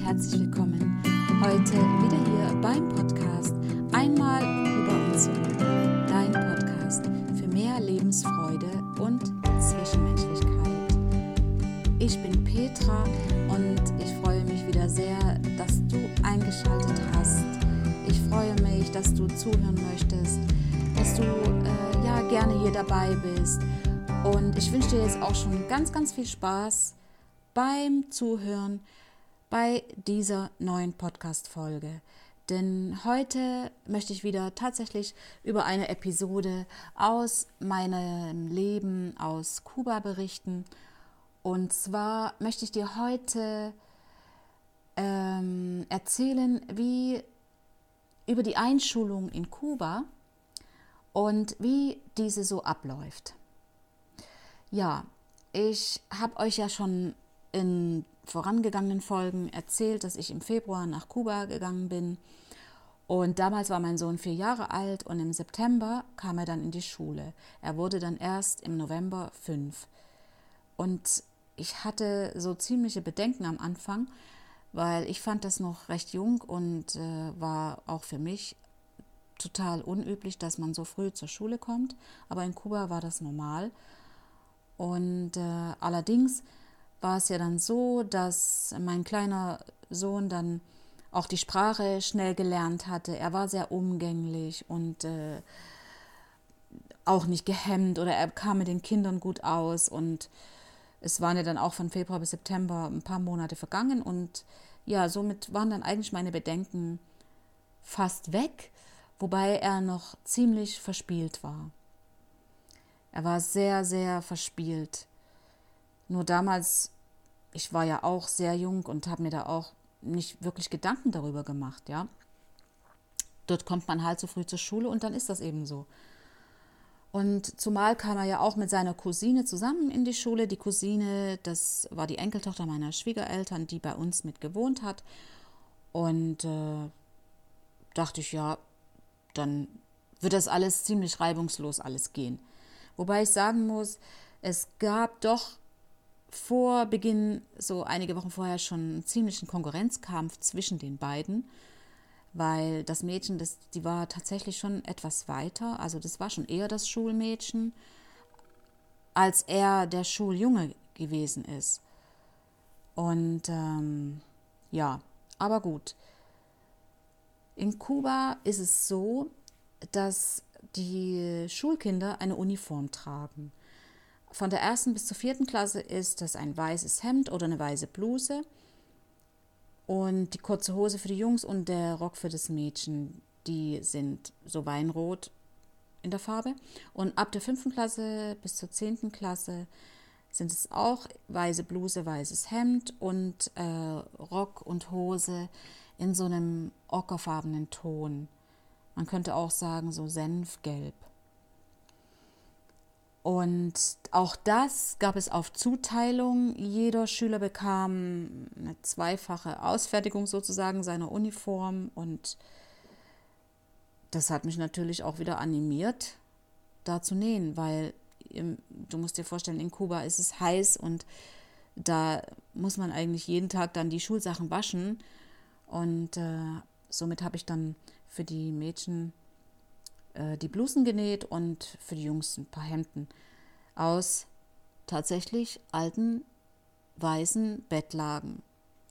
herzlich willkommen. Heute wieder hier beim Podcast Einmal Kuba und zurück. Dein Podcast für mehr Lebensfreude und Zwischenmenschlichkeit. Ich bin Petra und ich freue mich wieder sehr, dass du eingeschaltet hast. Ich freue mich, dass du zuhören möchtest, dass du gerne hier dabei bist. Und ich wünsche dir jetzt auch schon ganz, ganz viel Spaß beim Zuhören bei dieser neuen Podcast-Folge. Denn heute möchte ich wieder tatsächlich über eine Episode aus meinem Leben aus Kuba berichten. Und zwar möchte ich dir heute erzählen, wie über die Einschulung in Kuba und wie diese so abläuft. Ja, ich habe euch ja schon in vorangegangenen Folgen erzählt, dass ich im Februar nach Kuba gegangen bin. Und damals war mein Sohn 4 Jahre alt und im September kam er dann in die Schule. Er wurde dann erst im November 5. Und ich hatte so ziemliche Bedenken am Anfang, weil ich fand das noch recht jung und war auch für mich total unüblich, dass man so früh zur Schule kommt. Aber in Kuba war das normal. Und allerdings war es ja dann so, dass mein kleiner Sohn dann auch die Sprache schnell gelernt hatte. Er war sehr umgänglich und auch nicht gehemmt oder er kam mit den Kindern gut aus. Und es waren ja dann auch von Februar bis September ein paar Monate vergangen. Und ja, somit waren dann eigentlich meine Bedenken fast weg, wobei er noch ziemlich verspielt war. Er war sehr, sehr verspielt. Nur damals, ich war ja auch sehr jung und habe mir da auch nicht wirklich Gedanken darüber gemacht, ja. Dort kommt man halt so früh zur Schule und dann ist das eben so. Und zumal kam er ja auch mit seiner Cousine zusammen in die Schule. Die Cousine, das war die Enkeltochter meiner Schwiegereltern, die bei uns mit gewohnt hat. Und dachte ich, ja, dann wird das alles ziemlich reibungslos alles gehen. Wobei ich sagen muss, es gab doch vor Beginn, so einige Wochen vorher, schon einen ziemlichen Konkurrenzkampf zwischen den beiden, weil das Mädchen, die war tatsächlich schon etwas weiter, also das war schon eher das Schulmädchen, als er der Schuljunge gewesen ist. Und ja, aber gut. In Kuba ist es so, dass die Schulkinder eine Uniform tragen. Von der 1. bis zur 4. Klasse ist das ein weißes Hemd oder eine weiße Bluse und die kurze Hose für die Jungs und der Rock für das Mädchen, die sind so weinrot in der Farbe. Und ab der 5. Klasse bis zur 10. Klasse sind es auch weiße Bluse, weißes Hemd und Rock und Hose in so einem ockerfarbenen Ton. Man könnte auch sagen, so Senfgelb. Und auch das gab es auf Zuteilung. Jeder Schüler bekam eine zweifache Ausfertigung sozusagen seiner Uniform. Und das hat mich natürlich auch wieder animiert, da zu nähen, weil du musst dir vorstellen, in Kuba ist es heiß und da muss man eigentlich jeden Tag dann die Schulsachen waschen. Und somit habe ich dann für die Mädchen die Blusen genäht und für die Jungs ein paar Hemden aus tatsächlich alten weißen Bettlagen.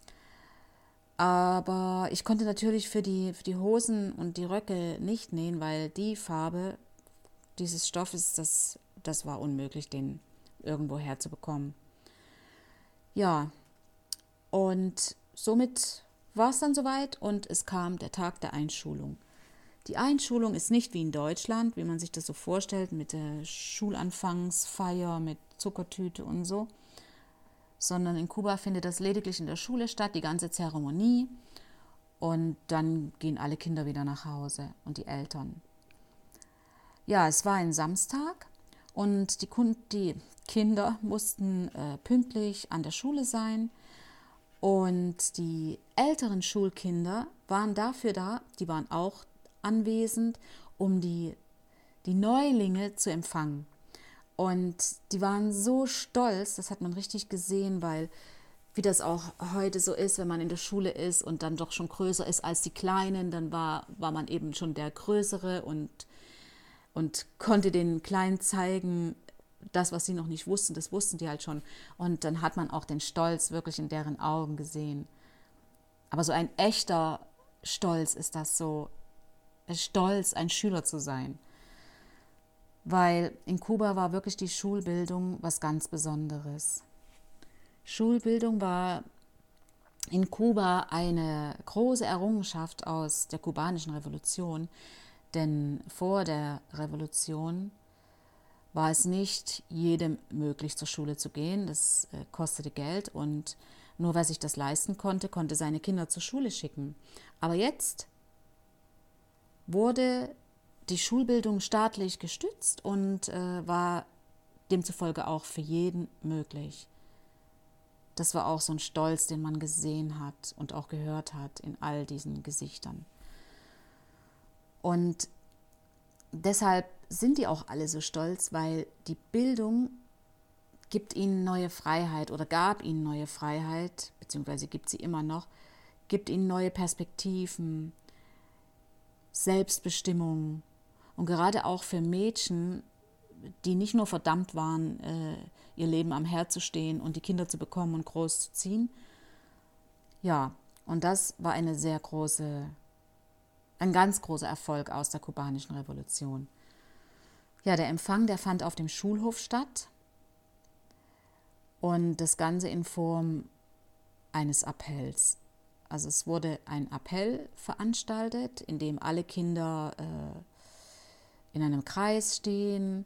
Aber ich konnte natürlich für die Hosen und die Röcke nicht nähen, weil die Farbe dieses Stoffes, das war unmöglich, den irgendwo herzubekommen. Ja, und somit war es dann soweit und es kam der Tag der Einschulung. Die Einschulung ist nicht wie in Deutschland, wie man sich das so vorstellt, mit der Schulanfangsfeier, mit Zuckertüte und so, sondern in Kuba findet das lediglich in der Schule statt, die ganze Zeremonie, und dann gehen alle Kinder wieder nach Hause und die Eltern. Ja, es war ein Samstag und die Kinder mussten pünktlich an der Schule sein und die älteren Schulkinder waren dafür da, die waren auch anwesend, um die Neulinge zu empfangen. Und die waren so stolz, das hat man richtig gesehen, weil wie das auch heute so ist, wenn man in der Schule ist und dann doch schon größer ist als die Kleinen, dann war man eben schon der Größere und konnte den Kleinen zeigen, das, was sie noch nicht wussten, das wussten die halt schon. Und dann hat man auch den Stolz wirklich in deren Augen gesehen. Aber so ein echter Stolz ist das so, stolz, ein Schüler zu sein. Weil in Kuba war wirklich die Schulbildung was ganz Besonderes. Schulbildung war in Kuba eine große Errungenschaft aus der kubanischen Revolution, denn vor der Revolution war es nicht jedem möglich, zur Schule zu gehen. Das kostete Geld und nur wer sich das leisten konnte, konnte seine Kinder zur Schule schicken. Aber jetzt wurde die Schulbildung staatlich gestützt und war demzufolge auch für jeden möglich. Das war auch so ein Stolz, den man gesehen hat und auch gehört hat in all diesen Gesichtern. Und deshalb sind die auch alle so stolz, weil die Bildung gibt ihnen neue Freiheit oder gab ihnen neue Freiheit, beziehungsweise gibt sie immer noch, gibt ihnen neue Perspektiven, Selbstbestimmung. Und gerade auch für Mädchen, die nicht nur verdammt waren, ihr Leben am Herd zu stehen und die Kinder zu bekommen und groß zu ziehen. Ja, und das war ein ganz großer Erfolg aus der kubanischen Revolution. Ja, der Empfang, der fand auf dem Schulhof statt und das Ganze in Form eines Appells. Also es wurde ein Appell veranstaltet, in dem alle Kinder in einem Kreis stehen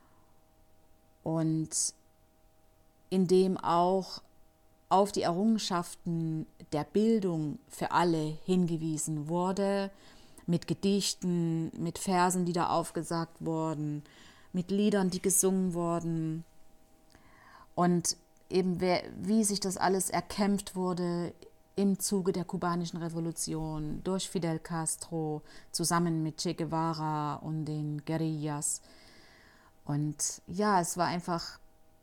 und in dem auch auf die Errungenschaften der Bildung für alle hingewiesen wurde, mit Gedichten, mit Versen, die da aufgesagt wurden, mit Liedern, die gesungen wurden und eben wie sich das alles erkämpft wurde im Zuge der kubanischen Revolution durch Fidel Castro zusammen mit Che Guevara und den Guerillas. Und ja, es war einfach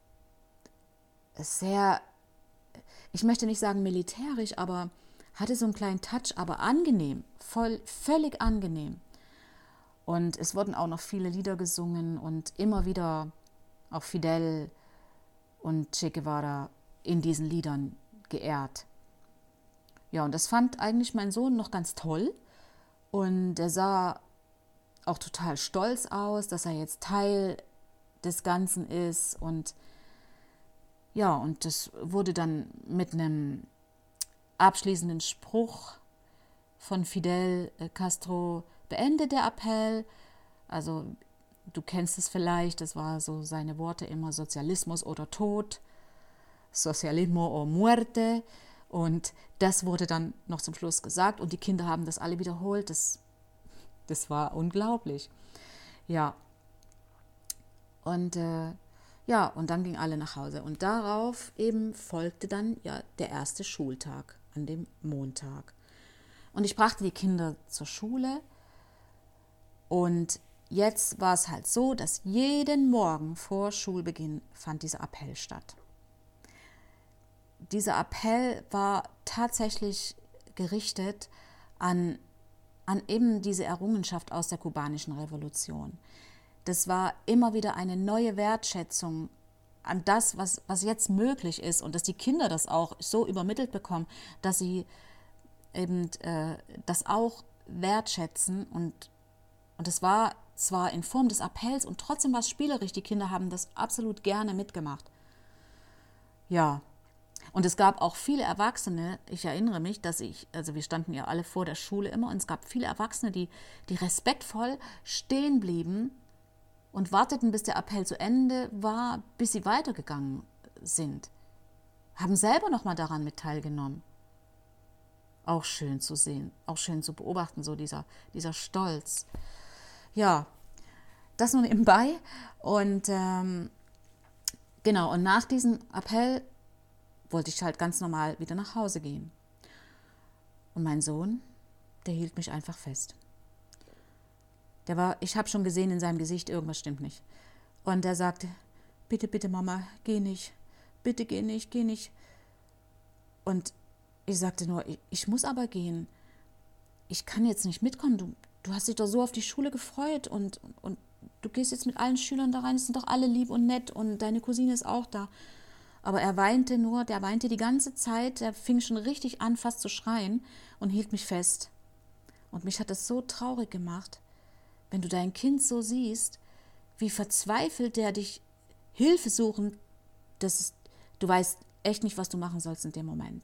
sehr, ich möchte nicht sagen militärisch, aber hatte so einen kleinen Touch, aber angenehm, völlig angenehm. Und es wurden auch noch viele Lieder gesungen und immer wieder auch Fidel und Che Guevara in diesen Liedern geehrt. Ja, und das fand eigentlich mein Sohn noch ganz toll. Und er sah auch total stolz aus, dass er jetzt Teil des Ganzen ist. Und ja, und das wurde dann mit einem abschließenden Spruch von Fidel Castro beendet, der Appell. Also du kennst es vielleicht, das war so seine Worte immer: Sozialismus oder Tod, Socialismo o muerte. Und das wurde dann noch zum Schluss gesagt und die Kinder haben das alle wiederholt. Das war unglaublich. Ja. Und ja, und dann gingen alle nach Hause. Und darauf eben folgte dann ja der erste Schultag an dem Montag. Und ich brachte die Kinder zur Schule. Und jetzt war es halt so, dass jeden Morgen vor Schulbeginn fand dieser Appell statt. Dieser Appell war tatsächlich gerichtet an eben diese Errungenschaft aus der kubanischen Revolution. Das war immer wieder eine neue Wertschätzung an das, was jetzt möglich ist und dass die Kinder das auch so übermittelt bekommen, dass sie eben das auch wertschätzen und es war zwar in Form des Appells und trotzdem war es spielerisch, die Kinder haben das absolut gerne mitgemacht. Ja, und es gab auch viele Erwachsene, ich erinnere mich, also wir standen ja alle vor der Schule immer und es gab viele Erwachsene, die respektvoll stehen blieben und warteten, bis der Appell zu Ende war, bis sie weitergegangen sind. Haben selber nochmal daran mit teilgenommen. Auch schön zu sehen, auch schön zu beobachten, so dieser Stolz. Ja, das nun nebenbei. Und genau, und nach diesem Appell wollte ich halt ganz normal wieder nach Hause gehen. Und mein Sohn, der hielt mich einfach fest. Ich habe schon gesehen in seinem Gesicht, irgendwas stimmt nicht. Und er sagte: Bitte, bitte Mama, geh nicht. Bitte geh nicht, geh nicht. Und ich sagte nur, ich muss aber gehen. Ich kann jetzt nicht mitkommen. Du hast dich doch so auf die Schule gefreut und du gehst jetzt mit allen Schülern da rein, es sind doch alle lieb und nett und deine Cousine ist auch da. Aber der weinte die ganze Zeit, der fing schon richtig an, fast zu schreien und hielt mich fest. Und mich hat das so traurig gemacht, wenn du dein Kind so siehst, wie verzweifelt der dich Hilfe suchen, du weißt echt nicht, was du machen sollst in dem Moment.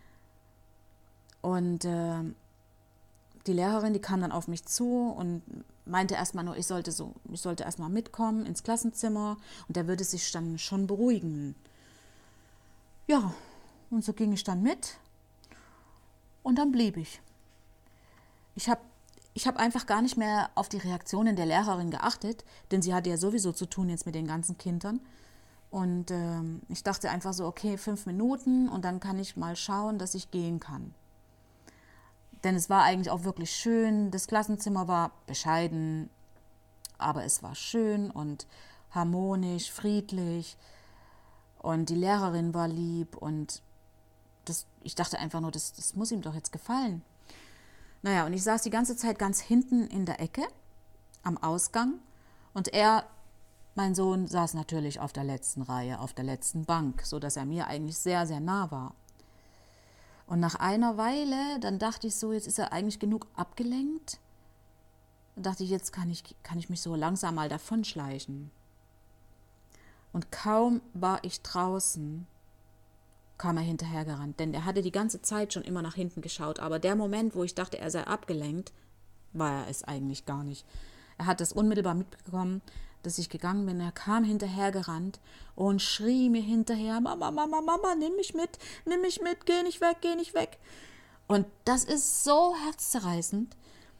Und die Lehrerin, die kam dann auf mich zu und meinte erstmal nur, ich sollte erstmal mitkommen ins Klassenzimmer und der würde sich dann schon beruhigen. Ja, und so ging ich dann mit und dann blieb ich. Ich habe einfach gar nicht mehr auf die Reaktionen der Lehrerin geachtet, denn sie hatte ja sowieso zu tun jetzt mit den ganzen Kindern. Und ich dachte einfach so, okay, 5 Minuten und dann kann ich mal schauen, dass ich gehen kann. Denn es war eigentlich auch wirklich schön. Das Klassenzimmer war bescheiden, aber es war schön und harmonisch, friedlich. Und die Lehrerin war lieb und ich dachte einfach nur, das muss ihm doch jetzt gefallen. Naja, und ich saß die ganze Zeit ganz hinten in der Ecke am Ausgang und mein Sohn, saß natürlich auf der letzten Reihe, auf der letzten Bank, sodass er mir eigentlich sehr, sehr nah war. Und nach einer Weile, dann dachte ich so, jetzt ist er eigentlich genug abgelenkt. Dann dachte ich, jetzt kann ich mich so langsam mal davonschleichen. Und kaum war ich draußen, kam er hinterhergerannt, denn er hatte die ganze Zeit schon immer nach hinten geschaut. Aber der Moment, wo ich dachte, er sei abgelenkt, war er es eigentlich gar nicht. Er hat es unmittelbar mitbekommen, dass ich gegangen bin. Er kam hinterhergerannt und schrie mir hinterher, Mama, Mama, Mama, nimm mich mit, geh nicht weg, geh nicht weg. Und das ist so herzzerreißend.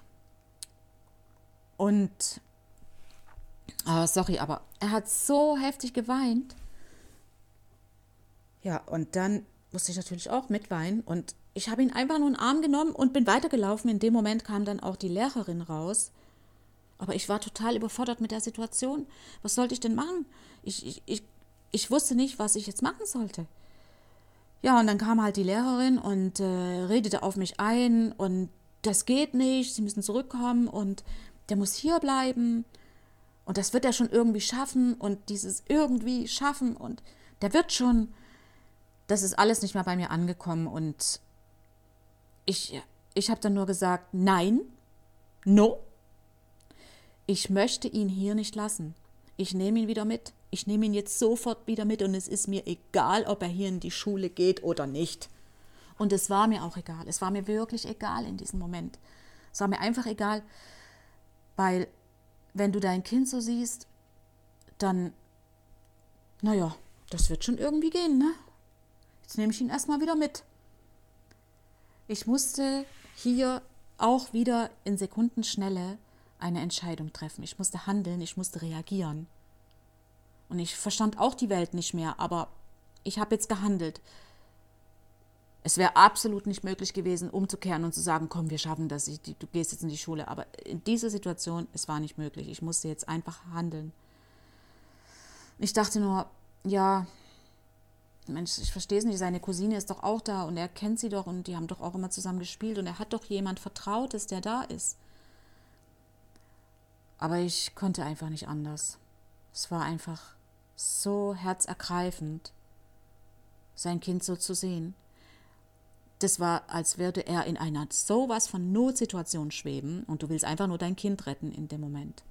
Und, aber er hat so heftig geweint. Ja, und dann musste ich natürlich auch mitweinen und ich habe ihn einfach nur in den Arm genommen und bin weitergelaufen. In dem Moment kam dann auch die Lehrerin raus. Aber ich war total überfordert mit der Situation. Was sollte ich denn machen? Ich wusste nicht, was ich jetzt machen sollte. Ja, und dann kam halt die Lehrerin und redete auf mich ein und das geht nicht, Sie müssen zurückkommen und der muss hier bleiben und das wird er schon irgendwie schaffen und dieses irgendwie schaffen und der wird schon, das ist alles nicht mehr bei mir angekommen und ich habe dann nur gesagt, nein, no, ich möchte ihn hier nicht lassen. Ich nehme ihn wieder mit. Ich nehme ihn jetzt sofort wieder mit und es ist mir egal, ob er hier in die Schule geht oder nicht. Und es war mir auch egal. Es war mir wirklich egal in diesem Moment. Es war mir einfach egal, weil wenn du dein Kind so siehst, dann, naja, das wird schon irgendwie gehen, ne? Jetzt nehme ich ihn erstmal wieder mit. Ich musste hier auch wieder in Sekundenschnelle eine Entscheidung treffen. Ich musste handeln, ich musste reagieren. Und ich verstand auch die Welt nicht mehr, aber ich habe jetzt gehandelt. Es wäre absolut nicht möglich gewesen, umzukehren und zu sagen, komm, wir schaffen das, du gehst jetzt in die Schule. Aber in dieser Situation, es war nicht möglich. Ich musste jetzt einfach handeln. Ich dachte nur, ja, Mensch, ich verstehe es nicht, seine Cousine ist doch auch da und er kennt sie doch und die haben doch auch immer zusammen gespielt und er hat doch jemand Vertrautes, der da ist. Aber ich konnte einfach nicht anders. Es war einfach so herzergreifend, sein Kind so zu sehen. Das war, als würde er in einer sowas von Notsituation schweben und du willst einfach nur dein Kind retten in dem Moment.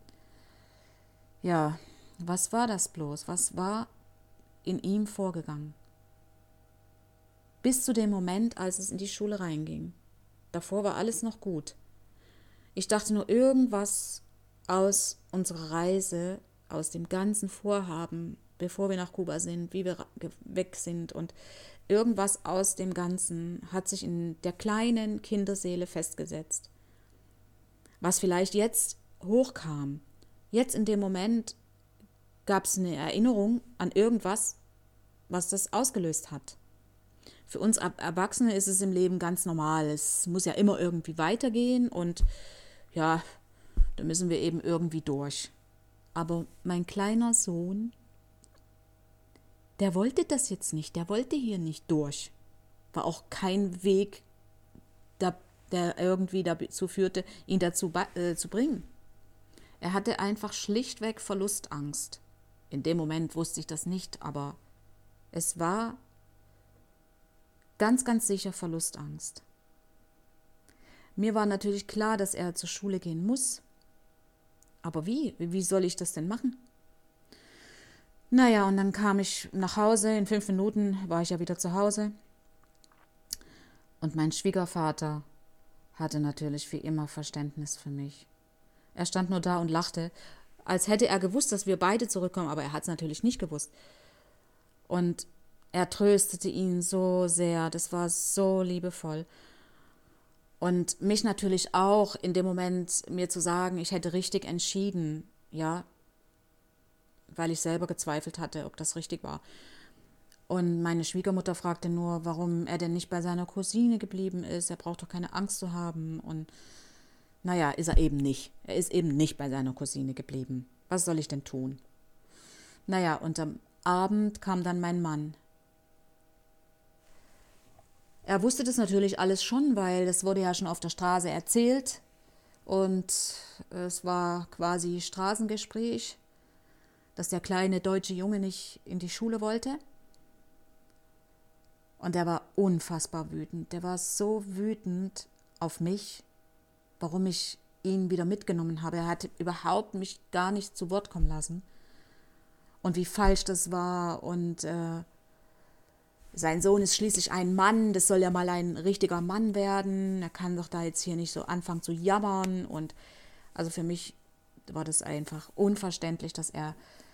Ja, was war das bloß? Was war in ihm vorgegangen? Bis zu dem Moment, als es in die Schule reinging. Davor war alles noch gut. Ich dachte nur, irgendwas aus unserer Reise, aus dem ganzen Vorhaben, bevor wir nach Kuba sind, wie wir weg sind und irgendwas aus dem Ganzen hat sich in der kleinen Kinderseele festgesetzt. Was vielleicht jetzt hochkam, jetzt in dem Moment gab es eine Erinnerung an irgendwas, was das ausgelöst hat. Für uns Erwachsene ist es im Leben ganz normal. Es muss ja immer irgendwie weitergehen und ja, da müssen wir eben irgendwie durch. Aber mein kleiner Sohn, der wollte das jetzt nicht, der wollte hier nicht durch. war auch kein Weg, der irgendwie dazu führte, ihn dazu zu bringen. Er hatte einfach schlichtweg Verlustangst. In dem Moment wusste ich das nicht, aber es war ganz, ganz sicher Verlustangst. Mir war natürlich klar, dass er zur Schule gehen muss. Aber wie? Wie soll ich das denn machen? Naja, und dann kam ich nach Hause. In 5 Minuten war ich ja wieder zu Hause. Und mein Schwiegervater hatte natürlich wie immer Verständnis für mich. Er stand nur da und lachte, als hätte er gewusst, dass wir beide zurückkommen, aber er hat es natürlich nicht gewusst. Und er tröstete ihn so sehr, das war so liebevoll. Und mich natürlich auch in dem Moment mir zu sagen, ich hätte richtig entschieden, ja, weil ich selber gezweifelt hatte, ob das richtig war. Und meine Schwiegermutter fragte nur, warum er denn nicht bei seiner Cousine geblieben ist. Er braucht doch keine Angst zu haben. Und naja, ist er eben nicht. Er ist eben nicht bei seiner Cousine geblieben. Was soll ich denn tun? Naja, und am Abend kam dann mein Mann. Er wusste das natürlich alles schon, weil das wurde ja schon auf der Straße erzählt. Und es war quasi Straßengespräch, dass der kleine deutsche Junge nicht in die Schule wollte. Und der war unfassbar wütend. Der war so wütend auf mich, warum ich ihn wieder mitgenommen habe. Er hat überhaupt mich gar nicht zu Wort kommen lassen. Und wie falsch das war. Und sein Sohn ist schließlich ein Mann. Das soll ja mal ein richtiger Mann werden. Er kann doch da jetzt hier nicht so anfangen zu jammern. Und also für mich war das einfach unverständlich, dass er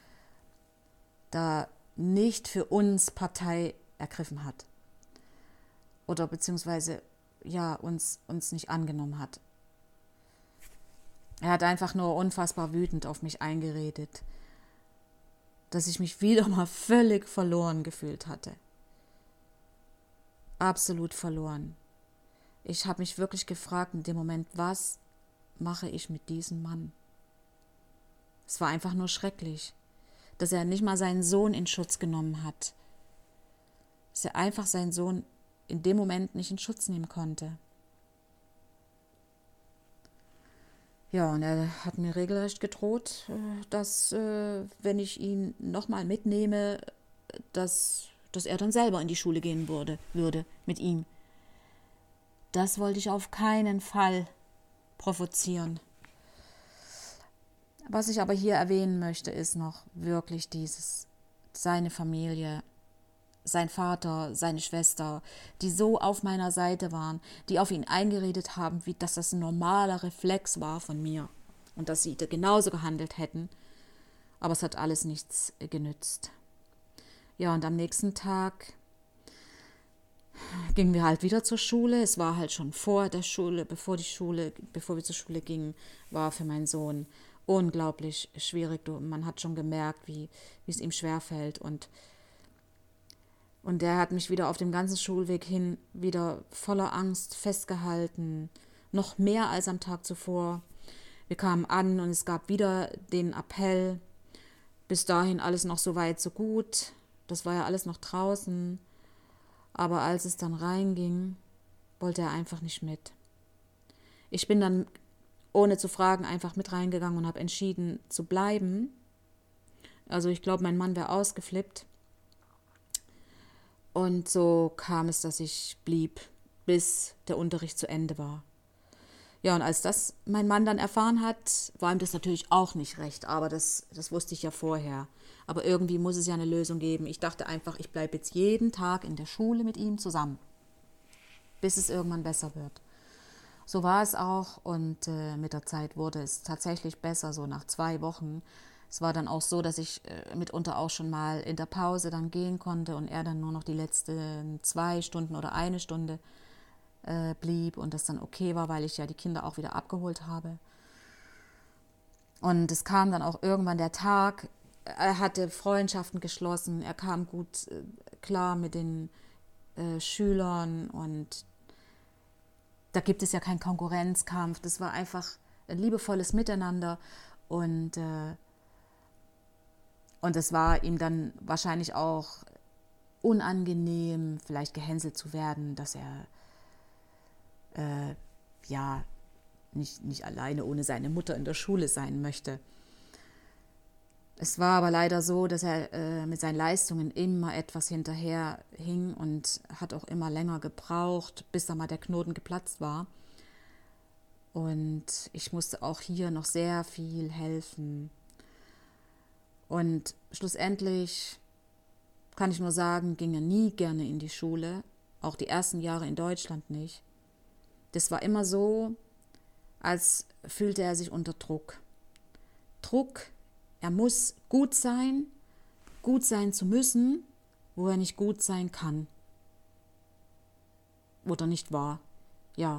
da nicht für uns Partei ergriffen hat. Oder beziehungsweise ja, uns nicht angenommen hat. Er hat einfach nur unfassbar wütend auf mich eingeredet, dass ich mich wieder mal völlig verloren gefühlt hatte. Absolut verloren. Ich habe mich wirklich gefragt in dem Moment, was mache ich mit diesem Mann? Es war einfach nur schrecklich, dass er nicht mal seinen Sohn in Schutz genommen hat. Dass er einfach seinen Sohn in dem Moment nicht in Schutz nehmen konnte. Ja, und er hat mir regelrecht gedroht, dass, wenn ich ihn nochmal mitnehme, dass er dann selber in die Schule gehen würde mit ihm. Das wollte ich auf keinen Fall provozieren. Was ich aber hier erwähnen möchte, ist noch wirklich seine Familie, sein Vater, seine Schwester, die so auf meiner Seite waren, die auf ihn eingeredet haben, wie dass das ein normaler Reflex war von mir und dass sie genauso gehandelt hätten. Aber es hat alles nichts genützt. Ja, und am nächsten Tag gingen wir halt wieder zur Schule. Es war halt schon vor der Schule, bevor wir zur Schule gingen, war für meinen Sohn unglaublich schwierig. Man hat schon gemerkt, wie es ihm schwerfällt. Und der hat mich wieder auf dem ganzen Schulweg hin wieder voller Angst festgehalten. Noch mehr als am Tag zuvor. Wir kamen an und es gab wieder den Appell. Bis dahin alles noch so weit, so gut. Das war ja alles noch draußen. Aber als es dann reinging, wollte er einfach nicht mit. Ich bin dann, ohne zu fragen, einfach mit reingegangen und habe entschieden zu bleiben. Also ich glaube, mein Mann wäre ausgeflippt. Und so kam es, dass ich blieb, bis der Unterricht zu Ende war. Ja, und als das mein Mann dann erfahren hat, war ihm das natürlich auch nicht recht, aber das wusste ich ja vorher. Aber irgendwie muss es ja eine Lösung geben. Ich dachte einfach, ich bleibe jetzt jeden Tag in der Schule mit ihm zusammen, bis es irgendwann besser wird. So war es auch und mit der Zeit wurde es tatsächlich besser, so nach 2 Wochen. Es war dann auch so, dass ich mitunter auch schon mal in der Pause dann gehen konnte und er dann nur noch die letzten 2 Stunden oder 1 Stunde blieb und das dann okay war, weil ich ja die Kinder auch wieder abgeholt habe. Und es kam dann auch irgendwann der Tag, er hatte Freundschaften geschlossen, er kam gut klar mit den Schülern und da gibt es ja keinen Konkurrenzkampf. Das war einfach ein liebevolles Miteinander und es war ihm dann wahrscheinlich auch unangenehm, vielleicht gehänselt zu werden, dass er nicht alleine ohne seine Mutter in der Schule sein möchte. Es war aber leider so, dass er mit seinen Leistungen immer etwas hinterher hing und hat auch immer länger gebraucht, bis da mal der Knoten geplatzt war. Und ich musste auch hier noch sehr viel helfen. Und schlussendlich kann ich nur sagen, ging er nie gerne in die Schule, auch die ersten Jahre in Deutschland nicht. Das war immer so, als fühlte er sich unter Druck. Druck, er muss gut sein zu müssen, wo er nicht gut sein kann. Oder nicht war, ja.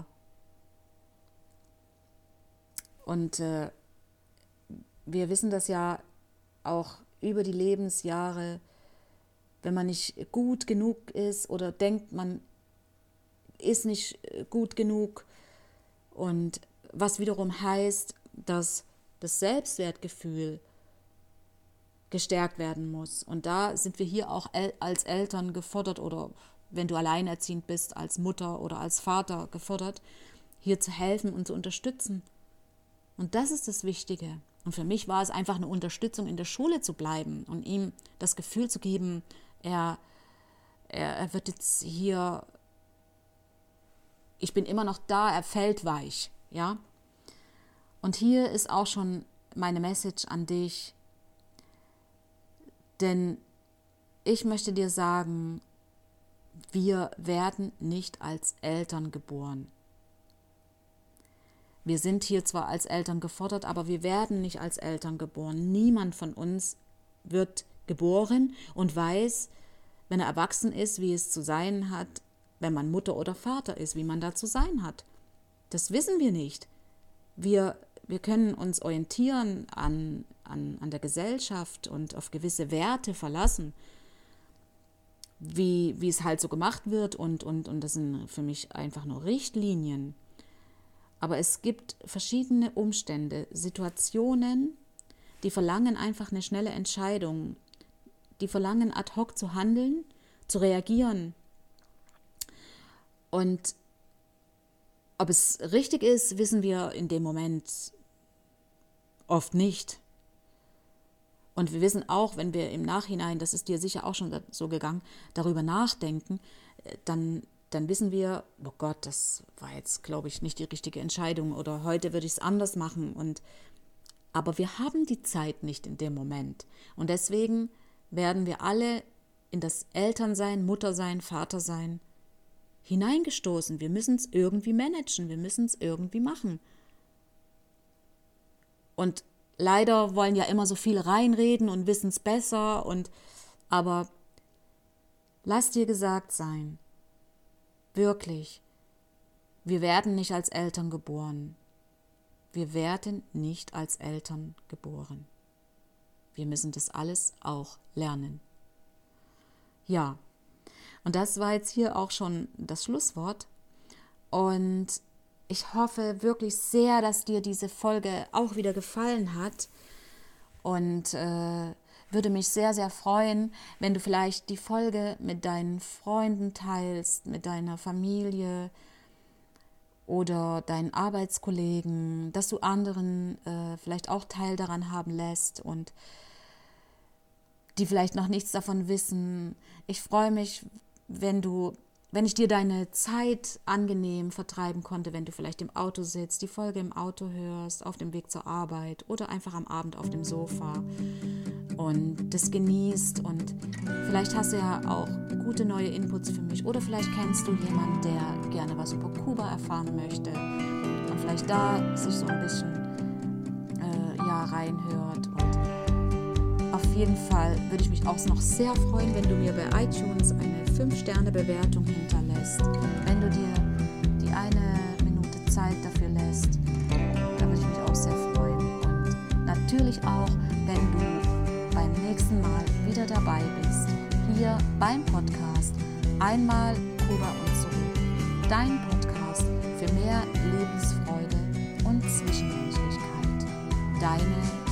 Und wir wissen das ja auch über die Lebensjahre, wenn man nicht gut genug ist oder denkt, man ist nicht gut genug, und was wiederum heißt, dass das Selbstwertgefühl gestärkt werden muss. Und da sind wir hier auch als Eltern gefordert, oder wenn du alleinerziehend bist, als Mutter oder als Vater gefordert, hier zu helfen und zu unterstützen. Und das ist das Wichtige. Und für mich war es einfach eine Unterstützung, in der Schule zu bleiben und ihm das Gefühl zu geben, er wird jetzt hier, ich bin immer noch da, er fällt weich, ja. Und hier ist auch schon meine Message an dich, denn ich möchte dir sagen, wir werden nicht als Eltern geboren. Wir sind hier zwar als Eltern gefordert, aber wir werden nicht als Eltern geboren. Niemand von uns wird geboren und weiß, wenn er erwachsen ist, wie es zu sein hat, wenn man Mutter oder Vater ist, wie man da zu sein hat. Das wissen wir nicht. Wir können uns orientieren an der Gesellschaft und auf gewisse Werte verlassen, wie es halt so gemacht wird, und das sind für mich einfach nur Richtlinien. Aber es gibt verschiedene Umstände, Situationen, die verlangen einfach eine schnelle Entscheidung, die verlangen ad hoc zu handeln, zu reagieren. Und ob es richtig ist, wissen wir in dem Moment oft nicht. Und wir wissen auch, wenn wir im Nachhinein, das ist dir sicher auch schon so gegangen, darüber nachdenken, dann wissen wir, oh Gott, das war jetzt, glaube ich, nicht die richtige Entscheidung, oder heute würde ich es anders machen. Aber wir haben die Zeit nicht in dem Moment. Und deswegen werden wir alle in das Elternsein, Muttersein, Vatersein hineingestoßen. Wir müssen es irgendwie managen, wir müssen es irgendwie machen. Und leider wollen ja immer so viele reinreden und wissen es besser, aber lass dir gesagt sein, wirklich, wir werden nicht als Eltern geboren. Wir werden nicht als Eltern geboren. Wir müssen das alles auch lernen. Ja, und das war jetzt hier auch schon das Schlusswort. Und ich hoffe wirklich sehr, dass dir diese Folge auch wieder gefallen hat. Und würde mich sehr, sehr freuen, wenn du vielleicht die Folge mit deinen Freunden teilst, mit deiner Familie oder deinen Arbeitskollegen, dass du anderen vielleicht auch Teil daran haben lässt und die vielleicht noch nichts davon wissen. Ich freue mich, wenn ich dir deine Zeit angenehm vertreiben konnte, wenn du vielleicht im Auto sitzt, die Folge im Auto hörst, auf dem Weg zur Arbeit oder einfach am Abend auf dem Sofa und das genießt. Und vielleicht hast du ja auch gute neue Inputs für mich, oder vielleicht kennst du jemanden, der gerne was über Kuba erfahren möchte und vielleicht da sich so ein bisschen reinhört. Und auf jeden Fall würde ich mich auch noch sehr freuen, wenn du mir bei iTunes eine 5-Sterne-Bewertung hinterlässt. Wenn du dir die 1 Minute Zeit dafür lässt, da würde ich mich auch sehr freuen. Und natürlich auch, wenn du beim nächsten Mal wieder dabei bist, hier beim Podcast Einmal Kuba und zurück. Dein Podcast für mehr Lebensfreude und Zwischenmenschlichkeit. Deine